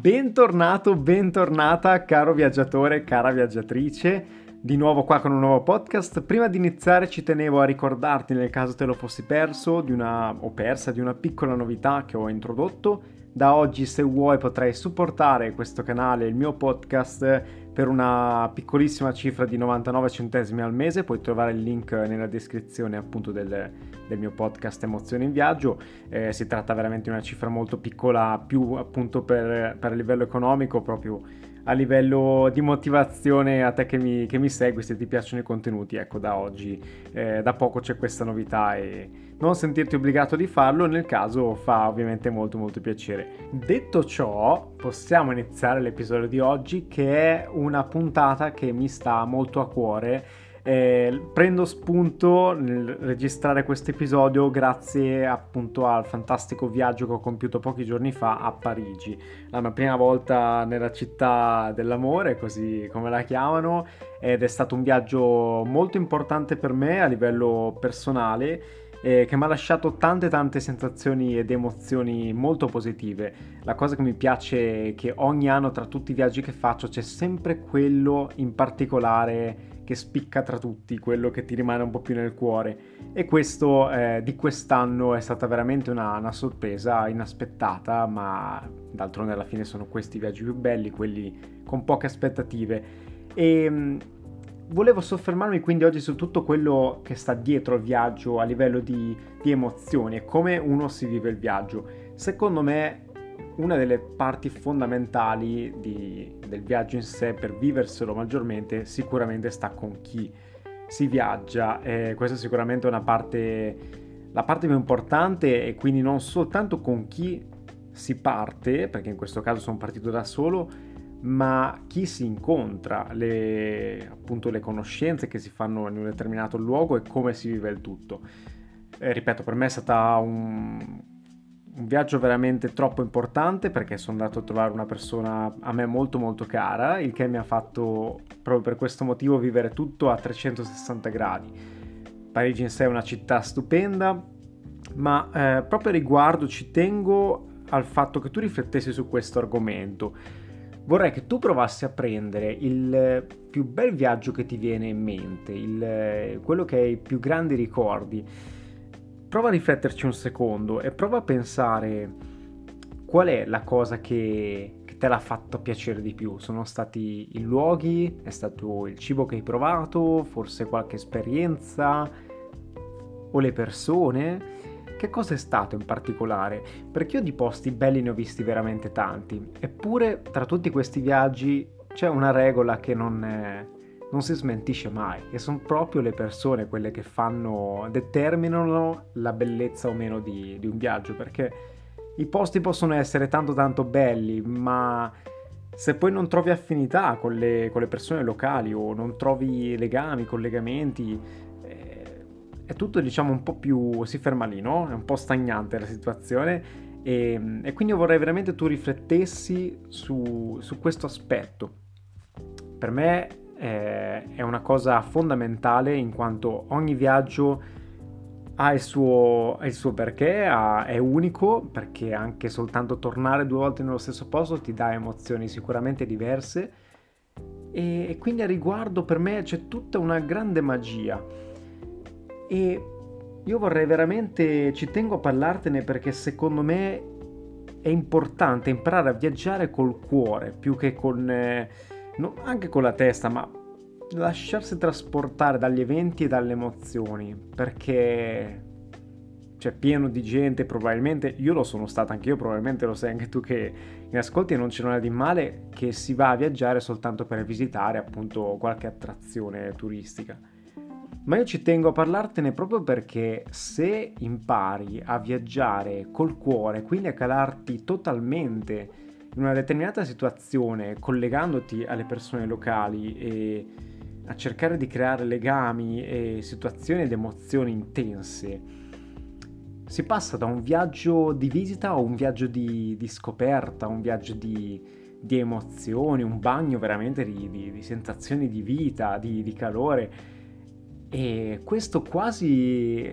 Bentornato, bentornata caro viaggiatore, cara viaggiatrice, di nuovo qua con un nuovo podcast. Prima di iniziare ci tenevo a ricordarti, nel caso te lo fossi perso di una piccola novità che ho introdotto. Da oggi, se vuoi, potrai supportare questo canale, il mio podcast, per una piccolissima cifra di 99 centesimi al mese. Puoi trovare il link nella descrizione appunto del mio podcast Emozioni in Viaggio. Si tratta veramente di una cifra molto piccola, più appunto per livello economico, proprio a livello di motivazione a te che mi segui, se ti piacciono i contenuti. Ecco, da oggi, da poco c'è questa novità e non sentirti obbligato di farlo, nel caso fa ovviamente molto molto piacere. Detto ciò, possiamo iniziare l'episodio di oggi, che è una puntata che mi sta molto a cuore. Prendo spunto nel registrare questo episodio grazie appunto al fantastico viaggio che ho compiuto pochi giorni fa a Parigi, la mia prima volta nella città dell'amore, così come la chiamano, ed è stato un viaggio molto importante per me a livello personale, che mi ha lasciato tante sensazioni ed emozioni molto positive. La cosa che mi piace è che ogni anno, tra tutti i viaggi che faccio, c'è sempre quello in particolare che spicca tra tutti, quello che ti rimane un po' più nel cuore, e questo di quest'anno è stata veramente una sorpresa inaspettata, ma d'altronde alla fine sono questi i viaggi più belli, quelli con poche aspettative. E volevo soffermarmi quindi oggi su tutto quello che sta dietro il viaggio a livello di emozioni e come uno si vive il viaggio. Secondo me una delle parti fondamentali del viaggio in sé, per viverselo maggiormente, sicuramente sta con chi si viaggia. Questa è sicuramente la parte più importante, e quindi non soltanto con chi si parte, perché in questo caso sono partito da solo, ma chi si incontra, appunto le conoscenze che si fanno in un determinato luogo e come si vive il tutto. Ripeto, per me è stata un viaggio veramente troppo importante, perché sono andato a trovare una persona a me molto molto cara, il che mi ha fatto proprio per questo motivo vivere tutto a 360 gradi. Parigi in sé è una città stupenda, ma proprio a riguardo ci tengo al fatto che tu riflettessi su questo argomento. Vorrei che tu provassi a prendere il più bel viaggio che ti viene in mente, quello che hai i più grandi ricordi. Prova a rifletterci un secondo e prova a pensare qual è la cosa che te l'ha fatto piacere di più. Sono stati i luoghi? È stato il cibo che hai provato? Forse qualche esperienza? O le persone? Che cosa è stato in particolare? Perché io di posti belli ne ho visti veramente tanti, eppure tra tutti questi viaggi c'è una regola che non si smentisce mai, e sono proprio le persone quelle che determinano la bellezza o meno di un viaggio, perché i posti possono essere tanto belli, ma se poi non trovi affinità con le persone locali, o non trovi legami, collegamenti, è tutto, diciamo, un po' più, si ferma lì, no? È un po' stagnante la situazione, e quindi io vorrei veramente tu riflettessi su questo aspetto. Per me è una cosa fondamentale, in quanto ogni viaggio ha il suo perché, è unico, perché anche soltanto tornare 2 volte nello stesso posto ti dà emozioni sicuramente diverse, e quindi a riguardo per me c'è tutta una grande magia. E io vorrei veramente, ci tengo a parlartene, perché secondo me è importante imparare a viaggiare col cuore più che anche con la testa, ma lasciarsi trasportare dagli eventi e dalle emozioni, perché c'è pieno di gente, probabilmente io lo sono stato anche io, probabilmente lo sai anche tu che mi ascolti, e non c'è nulla di male, che si va a viaggiare soltanto per visitare appunto qualche attrazione turistica. Ma io ci tengo a parlartene proprio perché se impari a viaggiare col cuore, quindi a calarti totalmente in una determinata situazione, collegandoti alle persone locali e a cercare di creare legami e situazioni ed emozioni intense, si passa da un viaggio di visita a un viaggio di scoperta, un viaggio di emozioni, un bagno veramente di sensazioni di vita, di calore. E questo quasi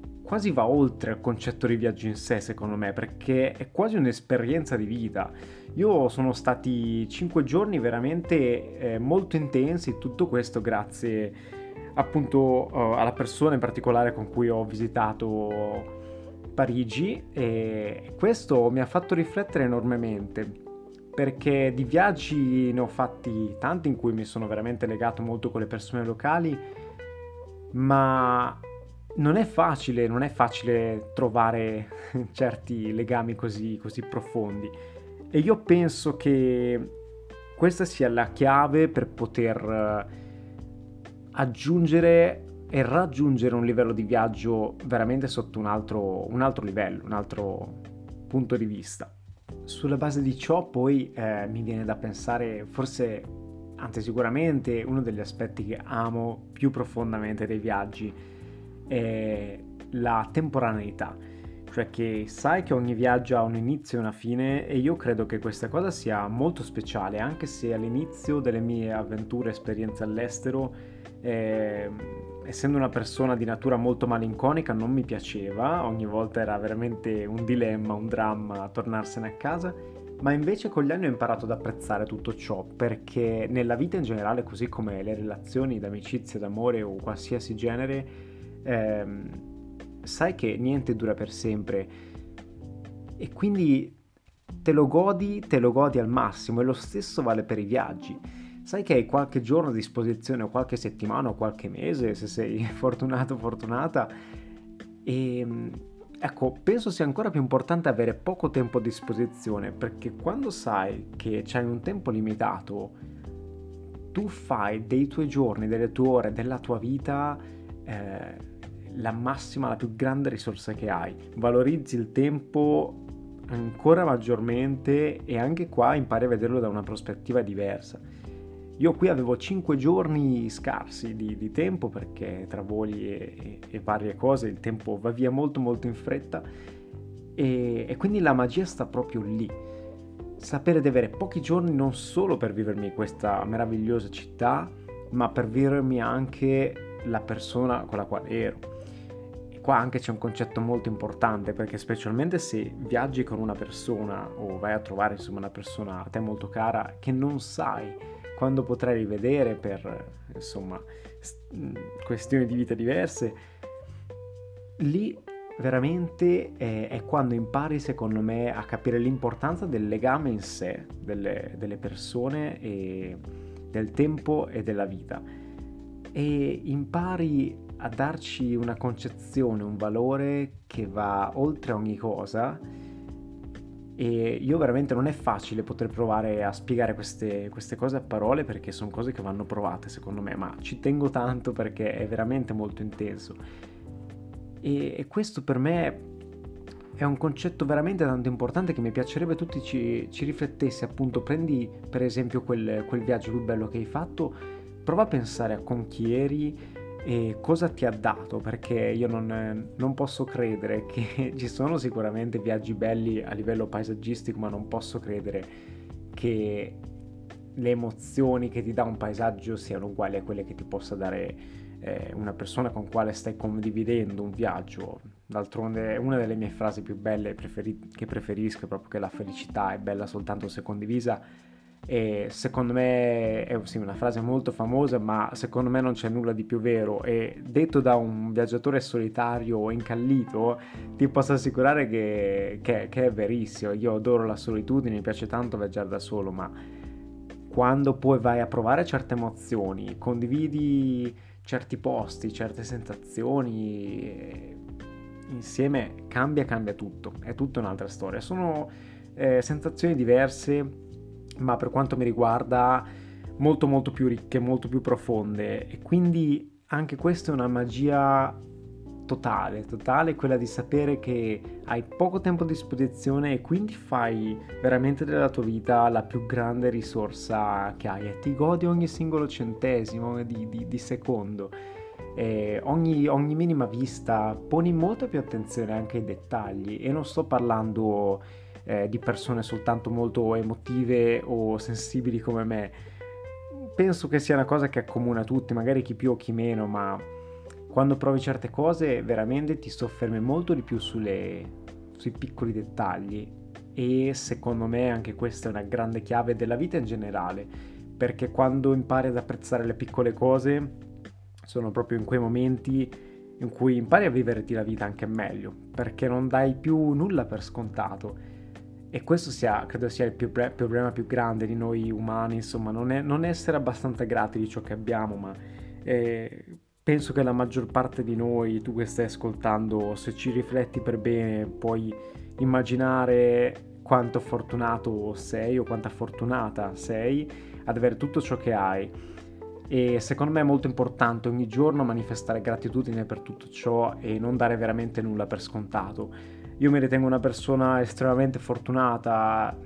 va oltre il concetto di viaggio in sé, secondo me, perché è quasi un'esperienza di vita. Io sono stati 5 giorni veramente molto intensi, tutto questo grazie appunto alla persona in particolare con cui ho visitato Parigi, e questo mi ha fatto riflettere enormemente perché di viaggi ne ho fatti tanti in cui mi sono veramente legato molto con le persone locali, ma non è facile trovare certi legami così profondi. E io penso che questa sia la chiave per poter aggiungere e raggiungere un livello di viaggio veramente sotto un altro livello, un altro punto di vista. Sulla base di ciò poi mi viene da pensare, forse, anzi sicuramente, uno degli aspetti che amo più profondamente dei viaggi è la temporaneità, cioè che sai che ogni viaggio ha un inizio e una fine, e io credo che questa cosa sia molto speciale, anche se all'inizio delle mie avventure, esperienze all'estero, eh, essendo una persona di natura molto malinconica, non mi piaceva, ogni volta era veramente un dilemma, un dramma tornarsene a casa, ma invece con gli anni ho imparato ad apprezzare tutto ciò, perché nella vita in generale, così come le relazioni d'amicizia, d'amore o qualsiasi genere, sai che niente dura per sempre e quindi te lo godi al massimo, e lo stesso vale per i viaggi. Sai che hai qualche giorno a disposizione, o qualche settimana, o qualche mese, se sei fortunato o fortunata, e ecco, penso sia ancora più importante avere poco tempo a disposizione, perché quando sai che c'hai un tempo limitato, tu fai dei tuoi giorni, delle tue ore, della tua vita la massima, la più grande risorsa che hai. Valorizzi il tempo ancora maggiormente, e anche qua impari a vederlo da una prospettiva diversa. Io qui avevo 5 giorni scarsi di tempo, perché tra voli e varie cose il tempo va via molto molto in fretta, e quindi la magia sta proprio lì. Sapere di avere pochi giorni non solo per vivermi questa meravigliosa città, ma per vivermi anche la persona con la quale ero. E qua anche c'è un concetto molto importante, perché specialmente se viaggi con una persona o vai a trovare insomma una persona a te molto cara che non sai quando potrai rivedere per insomma questioni di vita diverse, lì veramente è quando impari, secondo me, a capire l'importanza del legame in sé, delle persone, e del tempo e della vita, e impari a darci una concezione, un valore che va oltre ogni cosa. E io veramente, non è facile poter provare a spiegare queste cose a parole, perché sono cose che vanno provate secondo me, ma ci tengo tanto perché è veramente molto intenso. E questo per me è un concetto veramente tanto importante, che mi piacerebbe tutti ci riflettesse. Appunto, prendi per esempio quel viaggio più bello che hai fatto, prova a pensare a con chi eri e cosa ti ha dato, perché io non posso credere che ci sono sicuramente viaggi belli a livello paesaggistico, ma non posso credere che le emozioni che ti dà un paesaggio siano uguali a quelle che ti possa dare una persona con quale stai condividendo un viaggio. D'altronde una delle mie frasi più belle che preferisco è proprio che la felicità è bella soltanto se condivisa, e secondo me è sì, una frase molto famosa, ma secondo me non c'è nulla di più vero, e detto da un viaggiatore solitario o incallito ti posso assicurare che è verissimo. Io adoro la solitudine, mi piace tanto viaggiare da solo, ma quando poi vai a provare certe emozioni, condividi certi posti, certe sensazioni, insieme cambia tutto, è tutta un'altra storia. Sono sensazioni diverse, ma per quanto mi riguarda molto molto più ricche, molto più profonde, e quindi anche questa è una magia totale, quella di sapere che hai poco tempo a disposizione e quindi fai veramente della tua vita la più grande risorsa che hai, e ti godi ogni singolo centesimo di secondo. Ogni minima vista, poni molta più attenzione anche ai dettagli, e non sto parlando di persone soltanto molto emotive o sensibili come me. Penso che sia una cosa che accomuna tutti, magari chi più o chi meno, ma quando provi certe cose veramente ti soffermi molto di più sui piccoli dettagli, e secondo me anche questa è una grande chiave della vita in generale, perché quando impari ad apprezzare le piccole cose sono proprio in quei momenti in cui impari a viverti la vita anche meglio, perché non dai più nulla per scontato. E questo credo sia il problema più grande di noi umani, insomma, non essere abbastanza grati di ciò che abbiamo, ma penso che la maggior parte di noi, tu che stai ascoltando, se ci rifletti per bene, puoi immaginare quanto fortunato sei o quanta fortunata sei ad avere tutto ciò che hai. E secondo me è molto importante ogni giorno manifestare gratitudine per tutto ciò e non dare veramente nulla per scontato. Io mi ritengo una persona estremamente fortunata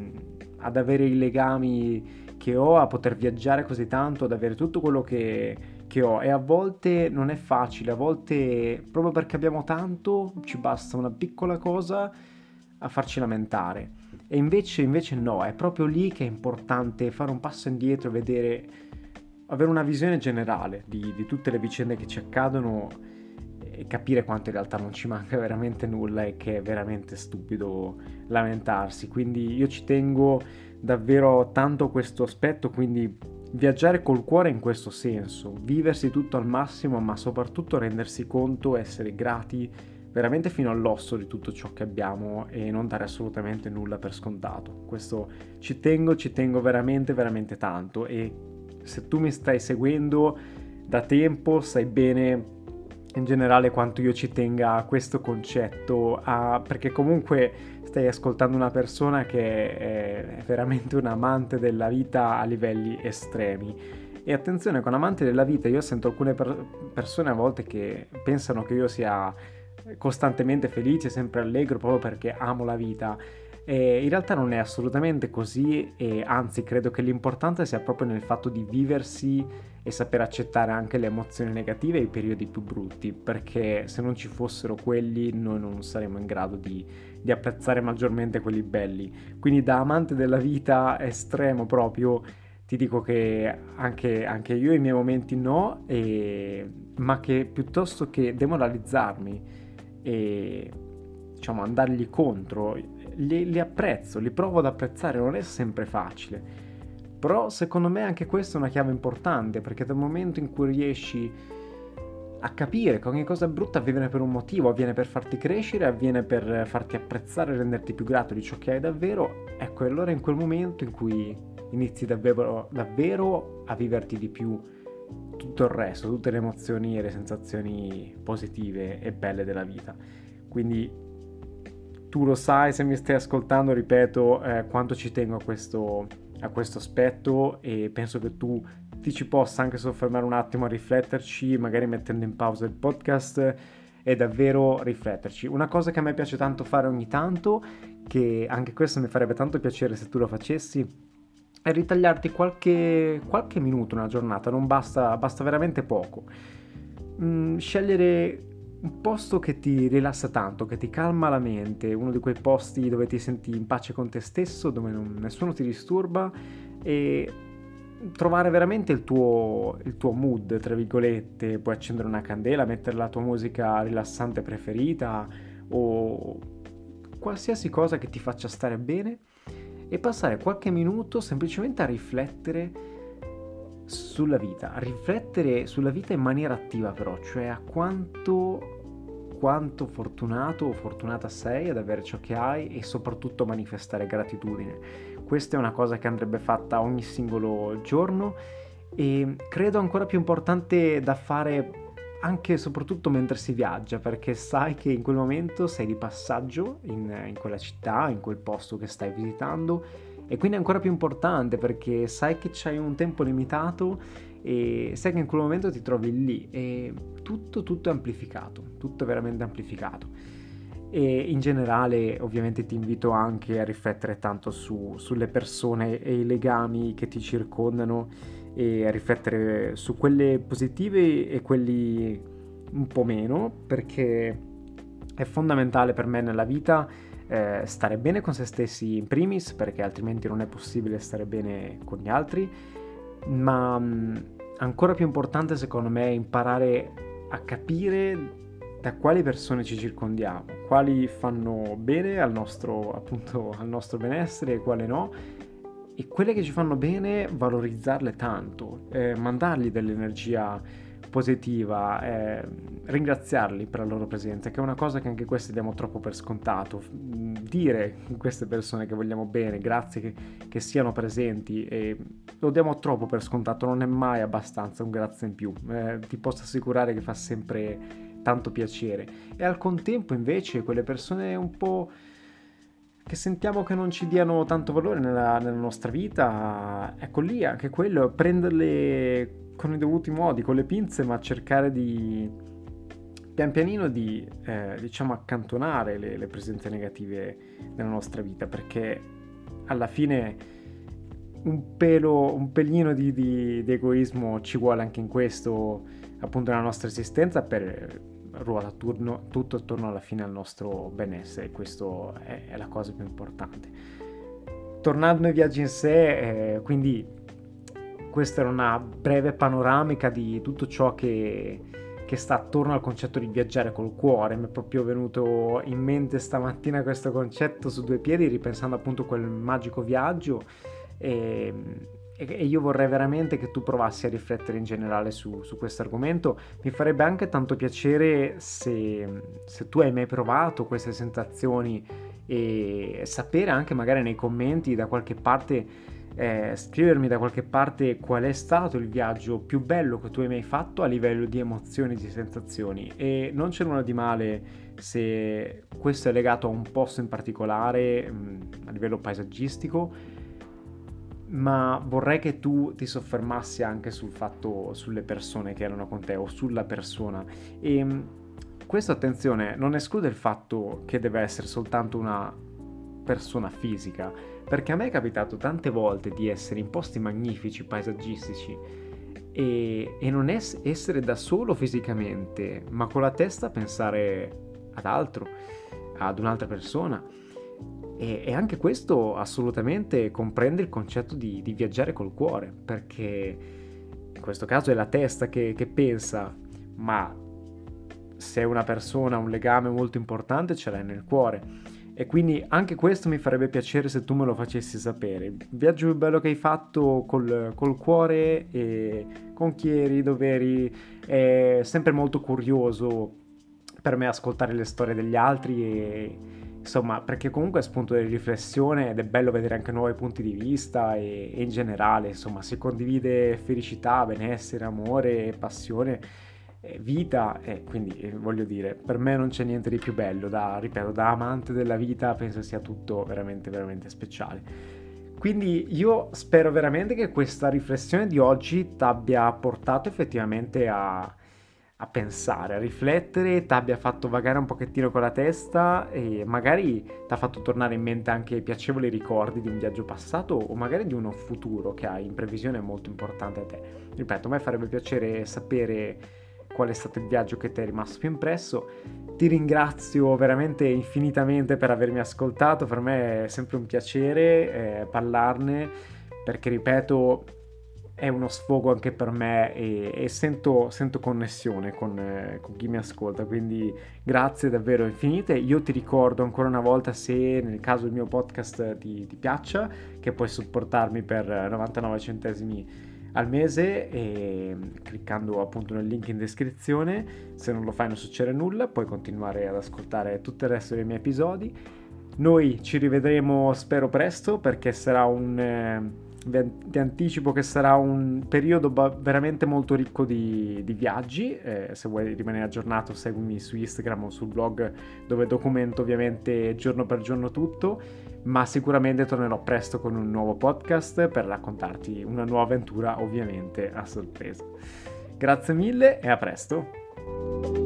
ad avere i legami che ho, a poter viaggiare così tanto, ad avere tutto quello che ho, e a volte non è facile, a volte proprio perché abbiamo tanto ci basta una piccola cosa a farci lamentare. E invece no, è proprio lì che è importante fare un passo indietro e avere una visione generale di tutte le vicende che ci accadono e capire quanto in realtà non ci manca veramente nulla e che è veramente stupido lamentarsi. Quindi io ci tengo davvero tanto a questo aspetto, quindi viaggiare col cuore in questo senso, viversi tutto al massimo, ma soprattutto rendersi conto, essere grati veramente fino all'osso di tutto ciò che abbiamo e non dare assolutamente nulla per scontato. Questo ci tengo veramente veramente tanto, e se tu mi stai seguendo da tempo sai bene in generale quanto io ci tenga a questo concetto, perché comunque stai ascoltando una persona che è veramente un amante della vita a livelli estremi. E attenzione, con amante della vita io sento alcune persone a volte che pensano che io sia costantemente felice, sempre allegro, proprio perché amo la vita. E in realtà non è assolutamente così, e anzi credo che l'importante sia proprio nel fatto di viversi e saper accettare anche le emozioni negative e i periodi più brutti, perché se non ci fossero quelli noi non saremmo in grado di apprezzare maggiormente quelli belli. Quindi da amante della vita estremo proprio ti dico che anche io i miei momenti no, ma che piuttosto che demoralizzarmi e diciamo andargli contro, li apprezzo, li provo ad apprezzare, non è sempre facile. Però secondo me anche questa è una chiave importante, perché dal momento in cui riesci a capire che ogni cosa brutta avviene per un motivo, avviene per farti crescere, avviene per farti apprezzare e renderti più grato di ciò che hai davvero, ecco, allora è in quel momento in cui inizi davvero a viverti di più tutto il resto, tutte le emozioni e le sensazioni positive e belle della vita. Quindi tu lo sai, se mi stai ascoltando, ripeto, quanto ci tengo a questo aspetto, e penso che tu ti ci possa anche soffermare un attimo a rifletterci, magari mettendo in pausa il podcast e davvero rifletterci. Una cosa che a me piace tanto fare ogni tanto, che anche questo mi farebbe tanto piacere se tu lo facessi, è ritagliarti qualche minuto una giornata, non basta veramente poco. Scegliere un posto che ti rilassa tanto, che ti calma la mente, uno di quei posti dove ti senti in pace con te stesso, dove nessuno ti disturba, e trovare veramente il tuo mood, tra virgolette. Puoi accendere una candela, mettere la tua musica rilassante preferita o qualsiasi cosa che ti faccia stare bene, e passare qualche minuto semplicemente a riflettere sulla vita, in maniera attiva, però, cioè a quanto fortunato o fortunata sei ad avere ciò che hai, e soprattutto manifestare gratitudine. Questa è una cosa che andrebbe fatta ogni singolo giorno, e credo ancora più importante da fare anche e soprattutto mentre si viaggia, perché sai che in quel momento sei di passaggio in quella città, in quel posto che stai visitando, e quindi è ancora più importante perché sai che c'hai un tempo limitato e sai che in quel momento ti trovi lì, e tutto è amplificato, tutto è veramente amplificato. E in generale ovviamente ti invito anche a riflettere tanto sulle persone e i legami che ti circondano, e a riflettere su quelle positive e quelli un po' meno, perché è fondamentale per me nella vita stare bene con se stessi in primis, perché altrimenti non è possibile stare bene con gli altri, ma ancora più importante secondo me è imparare a capire da quali persone ci circondiamo, quali fanno bene al nostro, appunto, al nostro benessere e quali no, e quelle che ci fanno bene valorizzarle tanto, mandargli dell'energia positiva, ringraziarli per la loro presenza, che è una cosa che anche queste diamo troppo per scontato. Dire a queste persone che vogliamo bene, grazie che siano presenti, e lo diamo troppo per scontato, non è mai abbastanza un grazie in più, ti posso assicurare che fa sempre tanto piacere. E al contempo invece quelle persone un po' che sentiamo che non ci diano tanto valore nella nostra vita, ecco lì anche quello, prenderle con i dovuti modi, con le pinze, ma cercare di pian pianino di diciamo accantonare le presenze negative nella nostra vita, perché alla fine un pelino di egoismo ci vuole anche in questo, appunto, nella nostra esistenza, per ruota tutto attorno alla fine al nostro benessere. Questo è la cosa più importante. Tornando ai viaggi in sé, quindi questa era una breve panoramica di tutto ciò che sta attorno al concetto di viaggiare col cuore. Mi è proprio venuto in mente stamattina questo concetto su due piedi, ripensando appunto a quel magico viaggio, e io vorrei veramente che tu provassi a riflettere in generale su questo argomento. Mi farebbe anche tanto piacere se tu hai mai provato queste sensazioni, e sapere anche magari nei commenti da qualche parte, scrivermi da qualche parte qual è stato il viaggio più bello che tu hai mai fatto a livello di emozioni, di sensazioni. E non c'è nulla di male se questo è legato a un posto in particolare, a livello paesaggistico, ma vorrei che tu ti soffermassi anche sul fatto, sulle persone che erano con te, o sulla persona. E questo, attenzione, non esclude il fatto che deve essere soltanto una persona fisica, perché a me è capitato tante volte di essere in posti magnifici, paesaggistici, e non essere da solo fisicamente, ma con la testa pensare ad altro, ad un'altra persona. E anche questo assolutamente comprende il concetto di viaggiare col cuore, perché in questo caso è la testa che pensa, ma se una persona ha un legame molto importante ce l'hai nel cuore. E quindi anche questo mi farebbe piacere se tu me lo facessi sapere. Il viaggio più bello che hai fatto col cuore, e con chi eri, dove eri. È sempre molto curioso per me ascoltare le storie degli altri, e insomma, perché comunque è spunto di riflessione, ed è bello vedere anche nuovi punti di vista, e in generale, insomma, si condivide felicità, benessere, amore, passione, vita, e quindi voglio dire, per me non c'è niente di più bello. Ripeto, da amante della vita penso sia tutto veramente veramente speciale. Quindi io spero veramente che questa riflessione di oggi ti abbia portato effettivamente a pensare, a riflettere, ti abbia fatto vagare un pochettino con la testa, e magari ti ha fatto tornare in mente anche piacevoli ricordi di un viaggio passato, o magari di uno futuro che hai in previsione molto importante a te. Ripeto, a me farebbe piacere sapere qual è stato il viaggio che ti è rimasto più impresso. Ti ringrazio veramente infinitamente per avermi ascoltato, per me è sempre un piacere parlarne, perché ripeto, è uno sfogo anche per me, e sento connessione con chi mi ascolta, quindi grazie davvero infinite. Io ti ricordo ancora una volta, se nel caso il mio podcast ti piaccia, che puoi supportarmi per 99 centesimi al mese, e cliccando appunto nel link in descrizione. Se non lo fai non succede nulla, puoi continuare ad ascoltare tutto il resto dei miei episodi. Noi ci rivedremo, spero presto, perché sarà ti anticipo che sarà un periodo veramente molto ricco di viaggi. Se vuoi rimanere aggiornato, seguimi su Instagram o sul blog, dove documento ovviamente giorno per giorno tutto, ma sicuramente tornerò presto con un nuovo podcast per raccontarti una nuova avventura, ovviamente a sorpresa. Grazie mille e a presto!